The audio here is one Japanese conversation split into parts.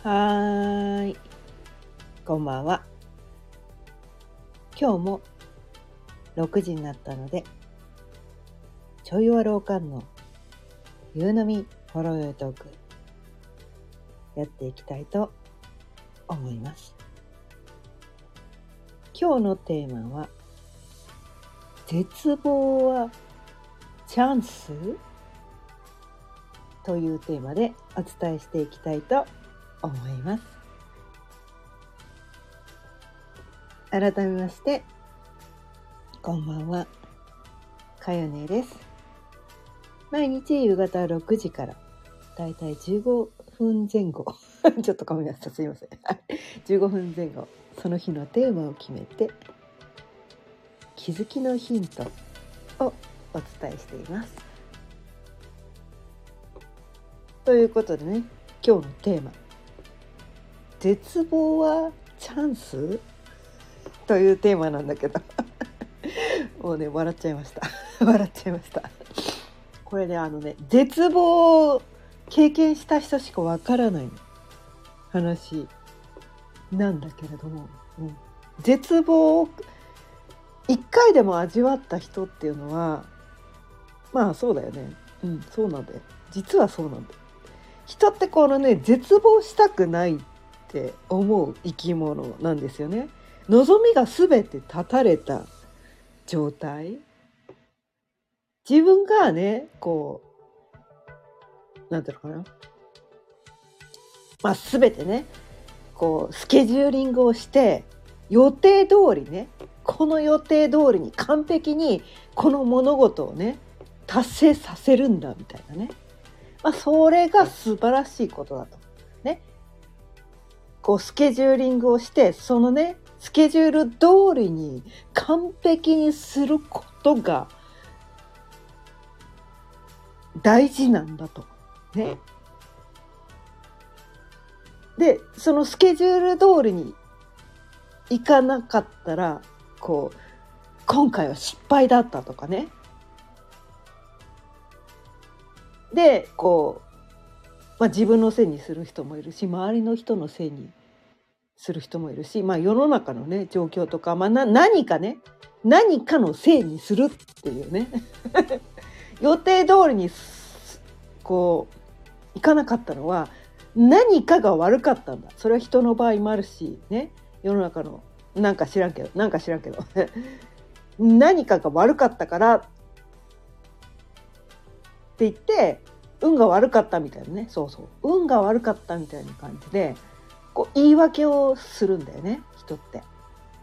はーい、こんばんは。今日も6時になったので、ちょいわろうかんの夕飲みほろよいトークやっていきたいと思います。今日のテーマは、絶望はチャンスというテーマでお伝えしていきたいと思います。改めまして、こんばんは、かよねです。毎日夕方6時からだいたい15分前後ちょっとごめんなさい、すいません15分前後、その日のテーマを決めて気づきのヒントをお伝えしています。ということでね、今日のテーマ、絶望はチャンスというテーマなんだけどもうね、笑っちゃいました笑っちゃいました。これね、絶望を経験した人しかわからない話なんだけれども、絶望を一回でも味わった人っていうのは、まあそうだよね、そうなんだよ。実はそうなんだよ。人ってこのね、絶望したくないって思う生き物なんですよね。望みが全て断たれた状態、自分がね、こうなんていうのかな、全てね、こうスケジューリングをして予定通りね、この予定通りに完璧にこの物事をね達成させるんだみたいなね、それが素晴らしいことだとね。こうスケジューリングをして、そのねスケジュール通りに完璧にすることが大事なんだとね。で、そのスケジュール通りにいかなかったら、こう今回は失敗だったとかね。で、こう、自分のせいにする人もいるし、周りの人のせいにする人もいるし、世の中のね状況とか、何かのせいにするっていうね予定通りにこういかなかったのは何かが悪かったんだ。それは人の場合もあるしね、世の中のなんか知らんけど何かが悪かったからって言って運が悪かったみたいなね、運が悪かったみたいな感じでこう言い訳をするんだよね、人って。い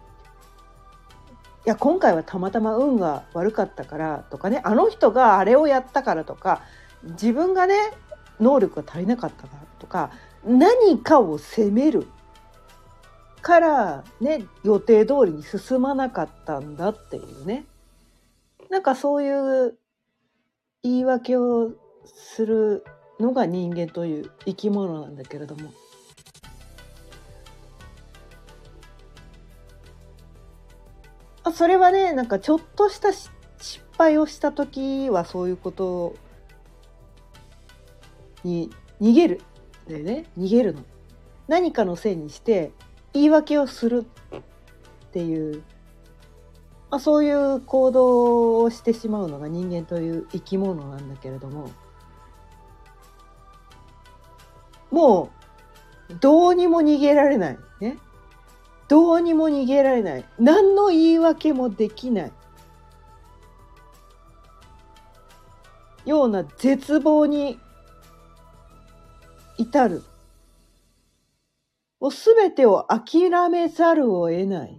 や、今回はたまたま運が悪かったからとかね、あの人があれをやったからとか、自分がね能力が足りなかったからとか、何かを責めるからね、予定通りに進まなかったんだっていうね、なんかそういう言い訳をするのが人間という生き物なんだけれども、それはね、なんかちょっとした失敗をした時はそういうことに逃げるでね、逃げるの。何かのせいにして言い訳をするっていう、そういう行動をしてしまうのが人間という生き物なんだけれども、もうどうにも逃げられないね。どうにも逃げられない。何の言い訳もできないような絶望に至る。もう全てを諦めざるを得ない。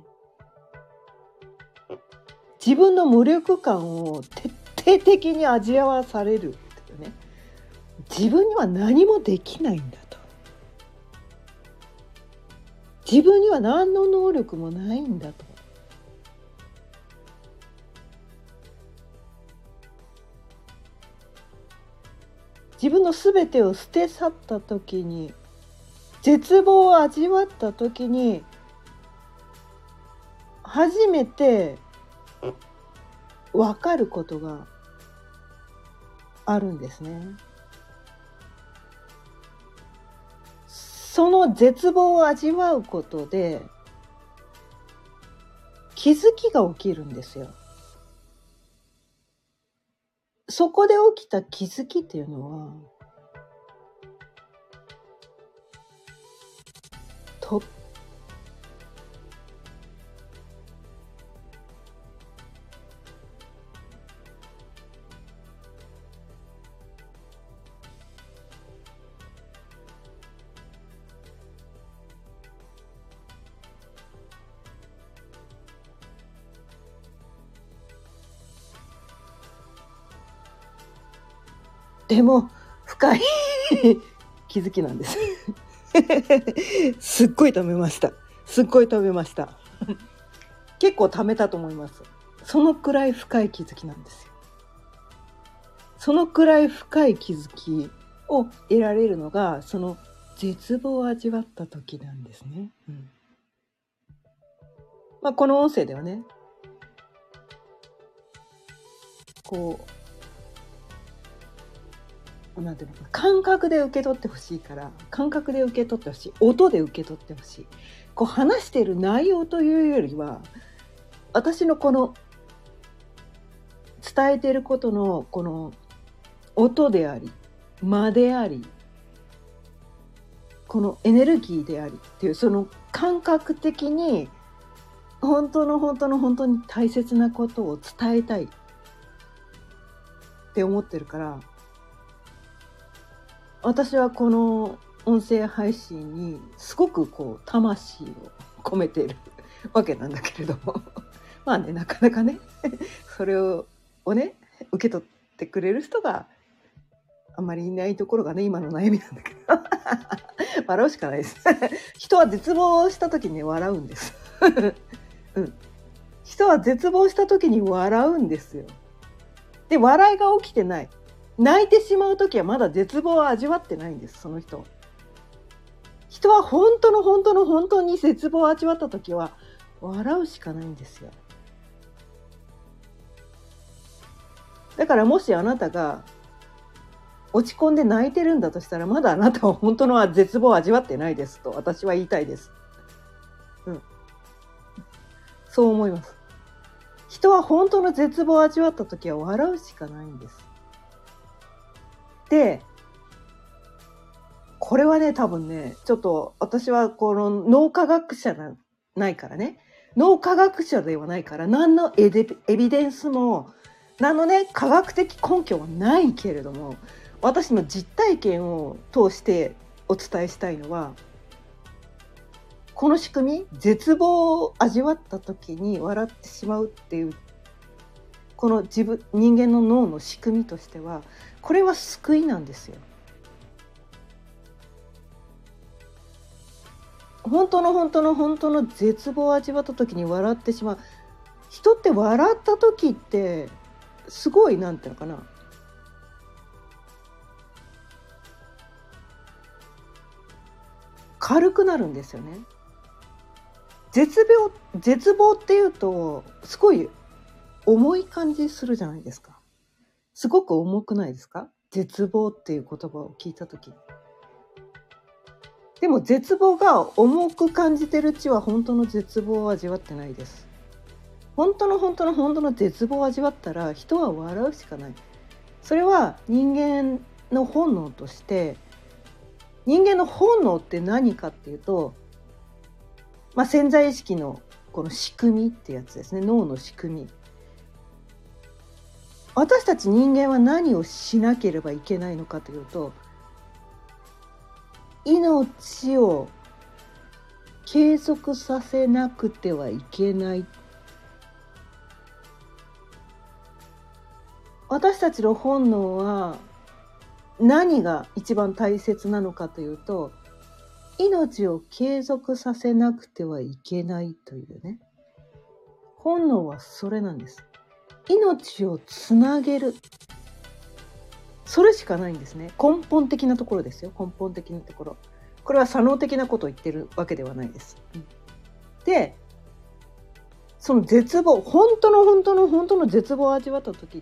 自分の無力感を徹底的に味わわされるっていうね。自分には何もできないんだと。自分には何の能力もないんだと。自分の全てを捨て去った時に、絶望を味わった時に、初めて分かることがあるんですね。 その絶望を味わうことで気づきが起きるんですよ。そこで起きた気づきっていうのはとても深い気づきなんですすっごい食べました。すっごい食べました結構貯めたと思います。そのくらい深い気づきなんですよ。そのくらい深い気づきを得られるのがその絶望を味わった時なんですね。この音声ではね、こうなんていうのかな、感覚で受け取ってほしいから、感覚で受け取ってほしい、音で受け取ってほしい。こう話している内容というよりは、私のこの伝えていることのこの音であり、間であり、このエネルギーでありっていう、その感覚的に本当に大切なことを伝えたいって思ってるから、私はこの音声配信にすごくこう魂を込めているわけなんだけれどもまあね、なかなかねそれをね受け取ってくれる人があんまりいないところがね、今の悩みなんだけど笑うしかないです人は絶望した時に笑うんです人は絶望した時に笑うんですよ。で、笑いが起きてない、泣いてしまう時はまだ絶望を味わってないんです。その人は本当に絶望を味わった時は笑うしかないんですよ。だからもしあなたが落ち込んで泣いてるんだとしたら、まだあなたは本当の絶望を味わってないですと私は言いたいです。そう思います。人は本当の絶望を味わった時は笑うしかないんです。で、これはね、多分ね、ちょっと私はこの脳科学者じゃないからね、脳科学者ではないから、何のエビデンスも何のね科学的根拠はないけれども、私の実体験を通してお伝えしたいのは、この仕組み、絶望を味わった時に笑ってしまうっていうこの人間の脳の仕組みとしては、これは救いなんですよ。本当の絶望を味わった時に笑ってしまう。人って笑った時ってすごい、なんていうのかな、軽くなるんですよね。絶望っていうとすごい重い感じするじゃないですか。すごく重くないですか？絶望っていう言葉を聞いた時。でも絶望が重く感じてるうちは本当の絶望を味わってないです。本当の絶望を味わったら人は笑うしかない。それは人間の本能として、人間の本能って何かっていうと、潜在意識のこの仕組みってやつですね。脳の仕組み。私たち人間は何をしなければいけないのかというと、命を継続させなくてはいけない。私たちの本能は何が一番大切なのかというと、命を継続させなくてはいけないというね、本能はそれなんです。命をつなげる、それしかないんですね。根本的なところですよ。根本的なところ。これは左脳的なことを言ってるわけではないです。で、その絶望、本当の絶望を味わった時って、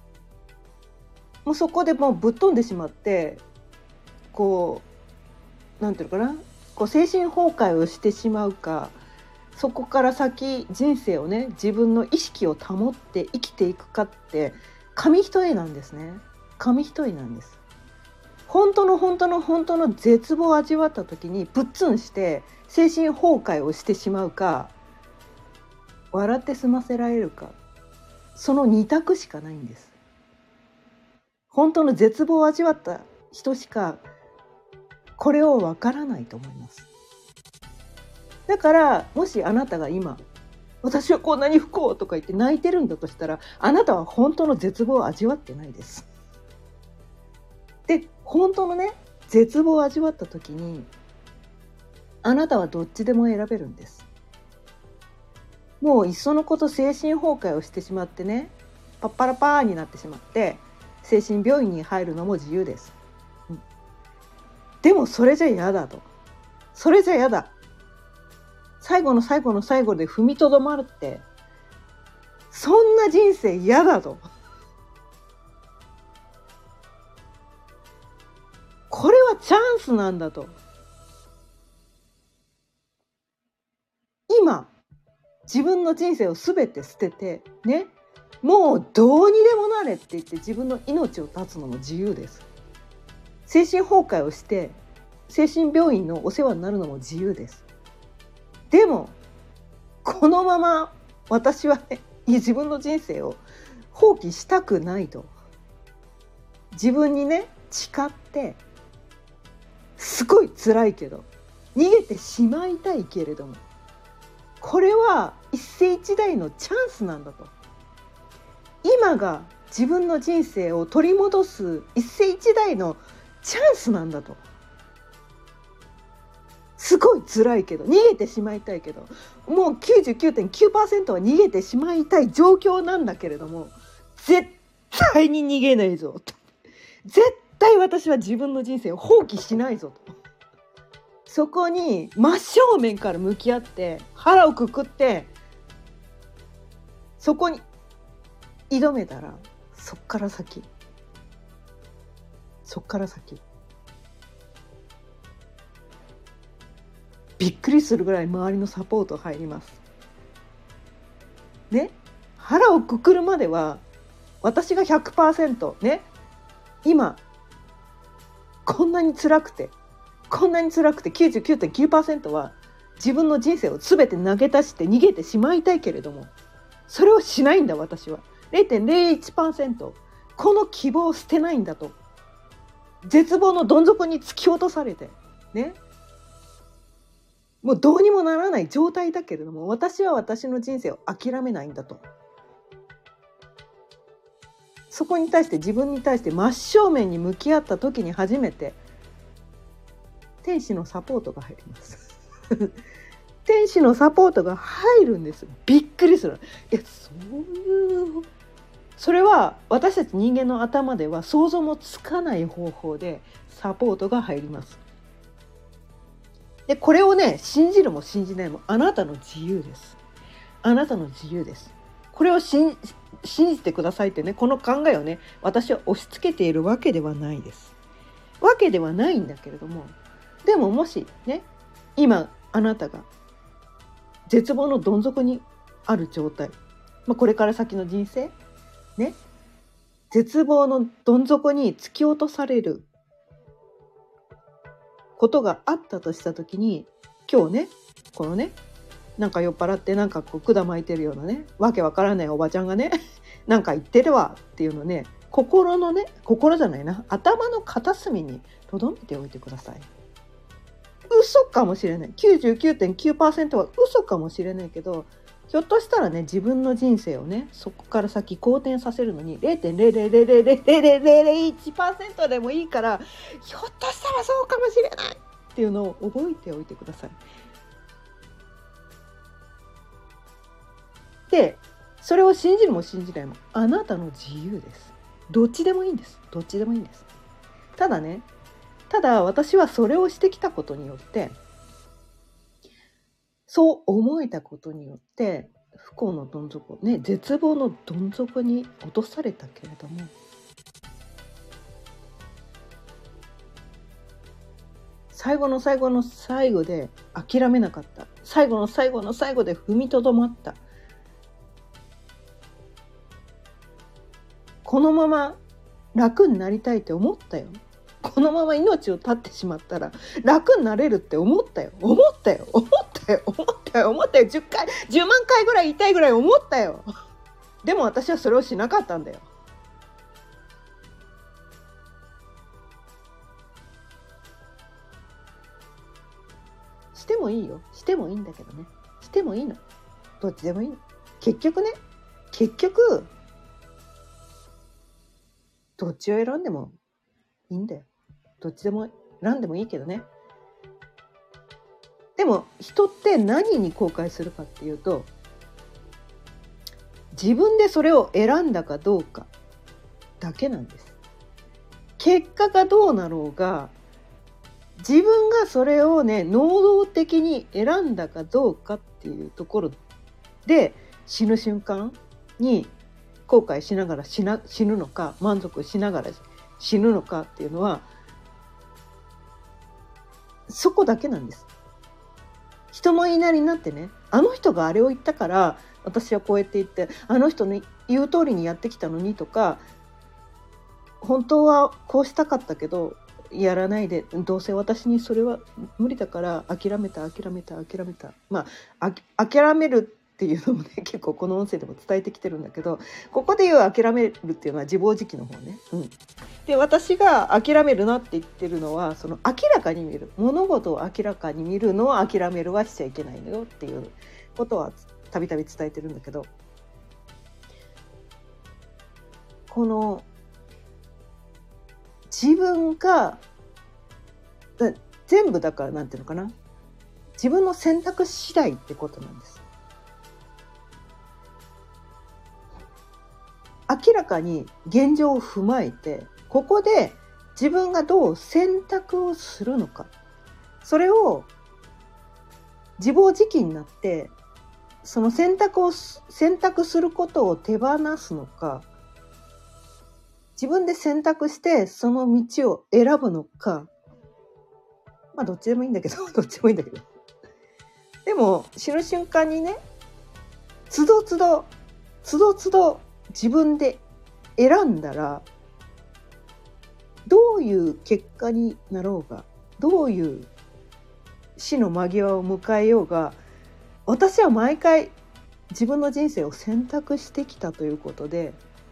もうそこでもうぶっ飛んでしまって、こなんていうのかな、こう精神崩壊をしてしまうか、そこから先人生をね、自分の意識を保って生きていくかって紙一重なんですね。紙一重なんです。本当の絶望を味わった時にプッツンして精神崩壊をしてしまうか、笑って済ませられるか、その二択しかないんです。本当の絶望を味わった人しかこれをわからないと思います。だからもしあなたが今私はこんなに不幸とか言って泣いてるんだとしたら、あなたは本当の絶望を味わってないです。で、本当のね、絶望を味わった時にあなたはどっちでも選べるんです。もういっそのこと精神崩壊をしてしまってね、パッパラパーになってしまって精神病院に入るのも自由です。でもそれじゃ嫌だと。それじゃ嫌だ。最後の最後の最後で踏みとどまるって、そんな人生嫌だと。これはチャンスなんだと。今自分の人生を全て捨ててね、もうどうにでもなれって言って自分の命を絶つのも自由です。精神崩壊をして精神病院のお世話になるのも自由です。でもこのまま私はね、自分の人生を放棄したくないと。自分にね、誓ってすごい辛いけど逃げてしまいたいけれども、これは一世一代のチャンスなんだと。今が自分の人生を取り戻す一世一代のチャンスなんだと。すごい辛いけど逃げてしまいたいけど、もう 99.9% は逃げてしまいたい状況なんだけれども、絶対に逃げないぞと。絶対私は自分の人生を放棄しないぞと。そこに真正面から向き合って腹をくくってそこに挑めたら、そっから先びっくりするぐらい周りのサポート入りますね。腹をくくるまでは私が 100% ね、今こんなに辛くて 99.9% は自分の人生を全て投げ出して逃げてしまいたいけれども、それをしないんだ私は。 0.01% この希望を捨てないんだと。絶望のどん底に突き落とされてね、もうどうにもならない状態だけれども、私は私の人生を諦めないんだと。そこに対して自分に対して真正面に向き合った時に初めて天使のサポートが入ります天使のサポートが入るんです。びっくりする。それは私たち人間の頭では想像もつかない方法でサポートが入ります。でこれをね、信じるも信じないもあなたの自由です。あなたの自由です。これを信じてくださいってね、この考えをね、私は押し付けているわけではないです。わけではないんだけれども、でももしね、今あなたが絶望のどん底にある状態、これから先の人生ね、絶望のどん底に突き落とされることがあったとしたときに、今日ね、このね、なんか酔っ払ってなんかこう管巻いてるようなね、わけわからないおばちゃんがねなんか言ってるわっていうのね、心じゃないな、頭の片隅に留めておいてください。嘘かもしれない、 99.9% は嘘かもしれないけど、ひょっとしたらね、自分の人生をね、そこから先好転させるのに 0.0000001% でもいいから、ひょっとしたらそうかもしれないっていうのを覚えておいてください。で、それを信じるも信じないもあなたの自由です。どっちでもいいんです。どっちでもいいんです。ただ私はそれをしてきたことによって、そう思えたことによって不幸のどん底ね、絶望のどん底に落とされたけれども、 最後の最後の最後で諦めなかった。最後の最後の最後で踏みとどまった。このまま楽になりたいって思ったよ。このまま命を絶ってしまったら楽になれるって思ったよ。10回10万回ぐらい言いたいぐらい思ったよ。でも私はそれをしなかったんだよ。してもいいよ。してもいいんだけどね。してもいいの。どっちでもいいの。結局どっちを選んでもいいんだよ。どっちでも選んでもいいけどね。でも人って何に後悔するかっていうと、自分でそれを選んだかどうかだけなんです。結果がどうなろうが、自分がそれをね、能動的に選んだかどうかっていうところで、死ぬ瞬間に後悔しながら死ぬのか、満足しながら死ぬのかっていうのは、そこだけなんです。人の言いなりになってね、あの人があれを言ったから私はこうやって言って、あの人の言う通りにやってきたのにとか、本当はこうしたかったけどやらないで、どうせ私にそれは無理だから諦めた。まあ諦めるっていうのもね、結構この音声でも伝えてきてるんだけど、ここで言う諦めるっていうのは自暴自棄の方ね。で、私が諦めるなって言ってるのは、その明らかに見る物事を明らかに見るのを諦めるはしちゃいけないのよっていうことはたびたび伝えてるんだけど、この自分が全部だから、なんていうのかな、自分の選択次第ってことなんです。明らかに現状を踏まえて、ここで自分がどう選択をするのか、それを自暴自棄になってその選択することを手放すのか、自分で選択してその道を選ぶのか、まあどっちでもいいんだけどでも死ぬ瞬間にね、つどつど自分で選んだら、どういう結果になろうが、どういう死の間際を迎えようが、私は毎回自分の人生を選択してきたということで、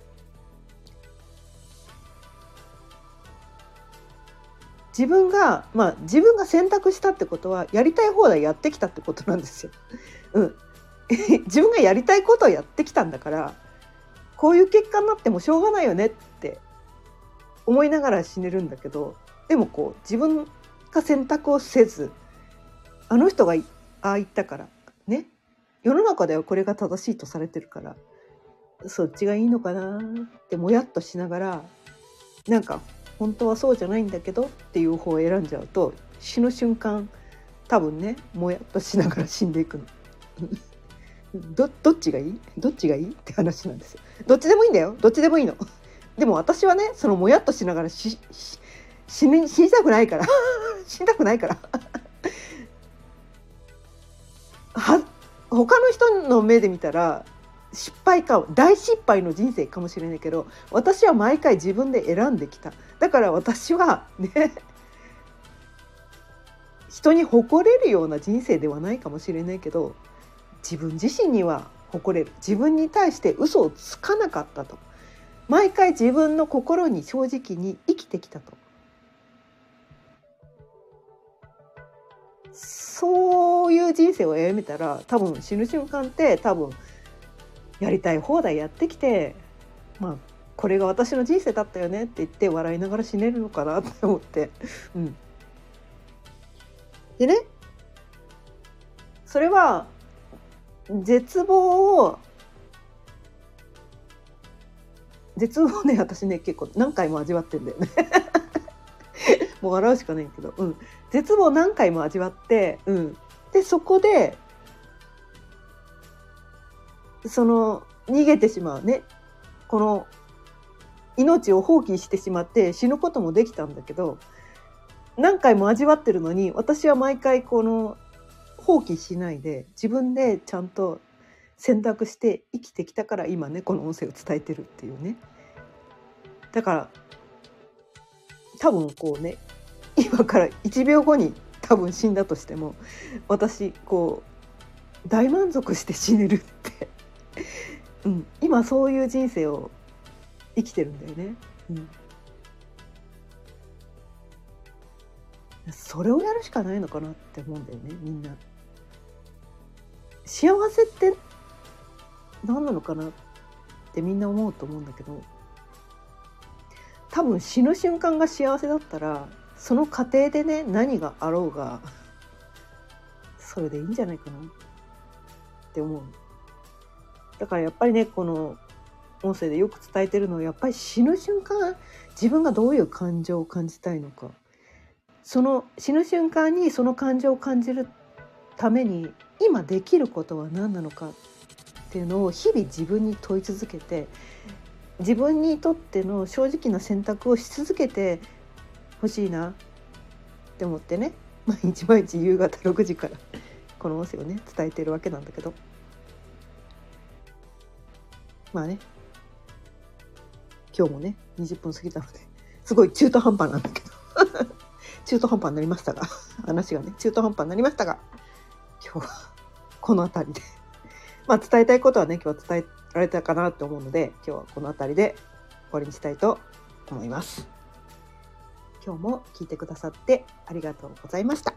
自分が選択したってことは、やりたい放題やってきたってことなんですよ。自分がやりたいことをやってきたんだから、こういう結果になってもしょうがないよねって思いながら死ねるんだけど、でもこう自分が選択をせず、あの人がああ言ったからね、世の中ではこれが正しいとされてるから、そっちがいいのかなってもやっとしながら、なんか本当はそうじゃないんだけどっていう方を選んじゃうと、死ぬ瞬間多分ね、もやっとしながら死んでいくの。どっちがいいって話なんですよ。どっちでもいいんだよ。どっちでもいいの。でも私はね、そのもやっとしながら死にたくないから死にたくないから他の人の目で見たら大失敗の人生かもしれないけど、私は毎回自分で選んできた。だから私はね、人に誇れるような人生ではないかもしれないけど、自分自身には誇れる。自分に対して嘘をつかなかったと。毎回自分の心に正直に生きてきたと。そういう人生を歩めたら、多分死ぬ瞬間ってやりたい放題やってきて、これが私の人生だったよねって言って笑いながら死ねるのかなって思って、でね、それは絶望ね、私ね結構何回も味わってんだよねもう笑うしかないけど、絶望何回も味わって、でそこでその逃げてしまうね、この命を放棄してしまって死ぬこともできたんだけど、 何回も味わってるのに、私は毎回この放棄しないで自分でちゃんと選択して生きてきたから今ねこの音声を伝えてるっていうね。だから多分こうね、今から1秒後に多分死んだとしても、私こう大満足して死ねるって今そういう人生を生きてるんだよね。それをやるしかないのかなって思うんだよね、みんな。幸せって何なのかなってみんな思うと思うんだけど、多分死ぬ瞬間が幸せだったら、その過程でね何があろうがそれでいいんじゃないかなって思う。だからやっぱりね、この音声でよく伝えてるのは、やっぱり死ぬ瞬間自分がどういう感情を感じたいのか、その死ぬ瞬間にその感情を感じるために今できることは何なのかっていうのを日々自分に問い続けて、自分にとっての正直な選択をし続けてほしいなって思ってね、毎日毎日夕方6時からこの音声をね伝えてるわけなんだけど、まあね、今日もね20分過ぎたのですごい中途半端なんだけど中途半端になりましたが話がね中途半端になりましたが、今日はこの辺りで伝えたいことはね今日は伝えられたかなと思うので、今日はこの辺りで終わりにしたいと思います。今日も聞いてくださってありがとうございました。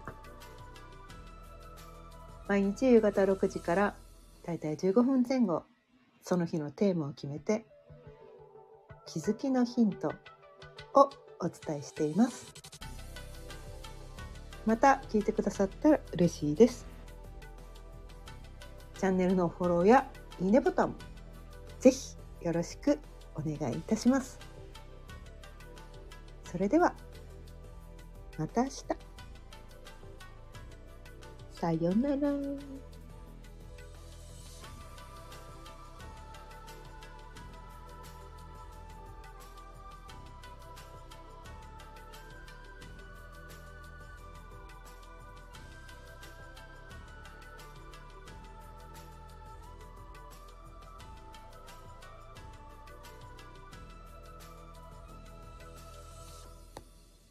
毎日夕方6時からだいたい15分前後、その日のテーマを決めて気づきのヒントをお伝えしています。また聞いてくださったら嬉しいです。チャンネルのフォローやいいねボタンもぜひよろしくお願いいたします。それではまた明日。さようなら。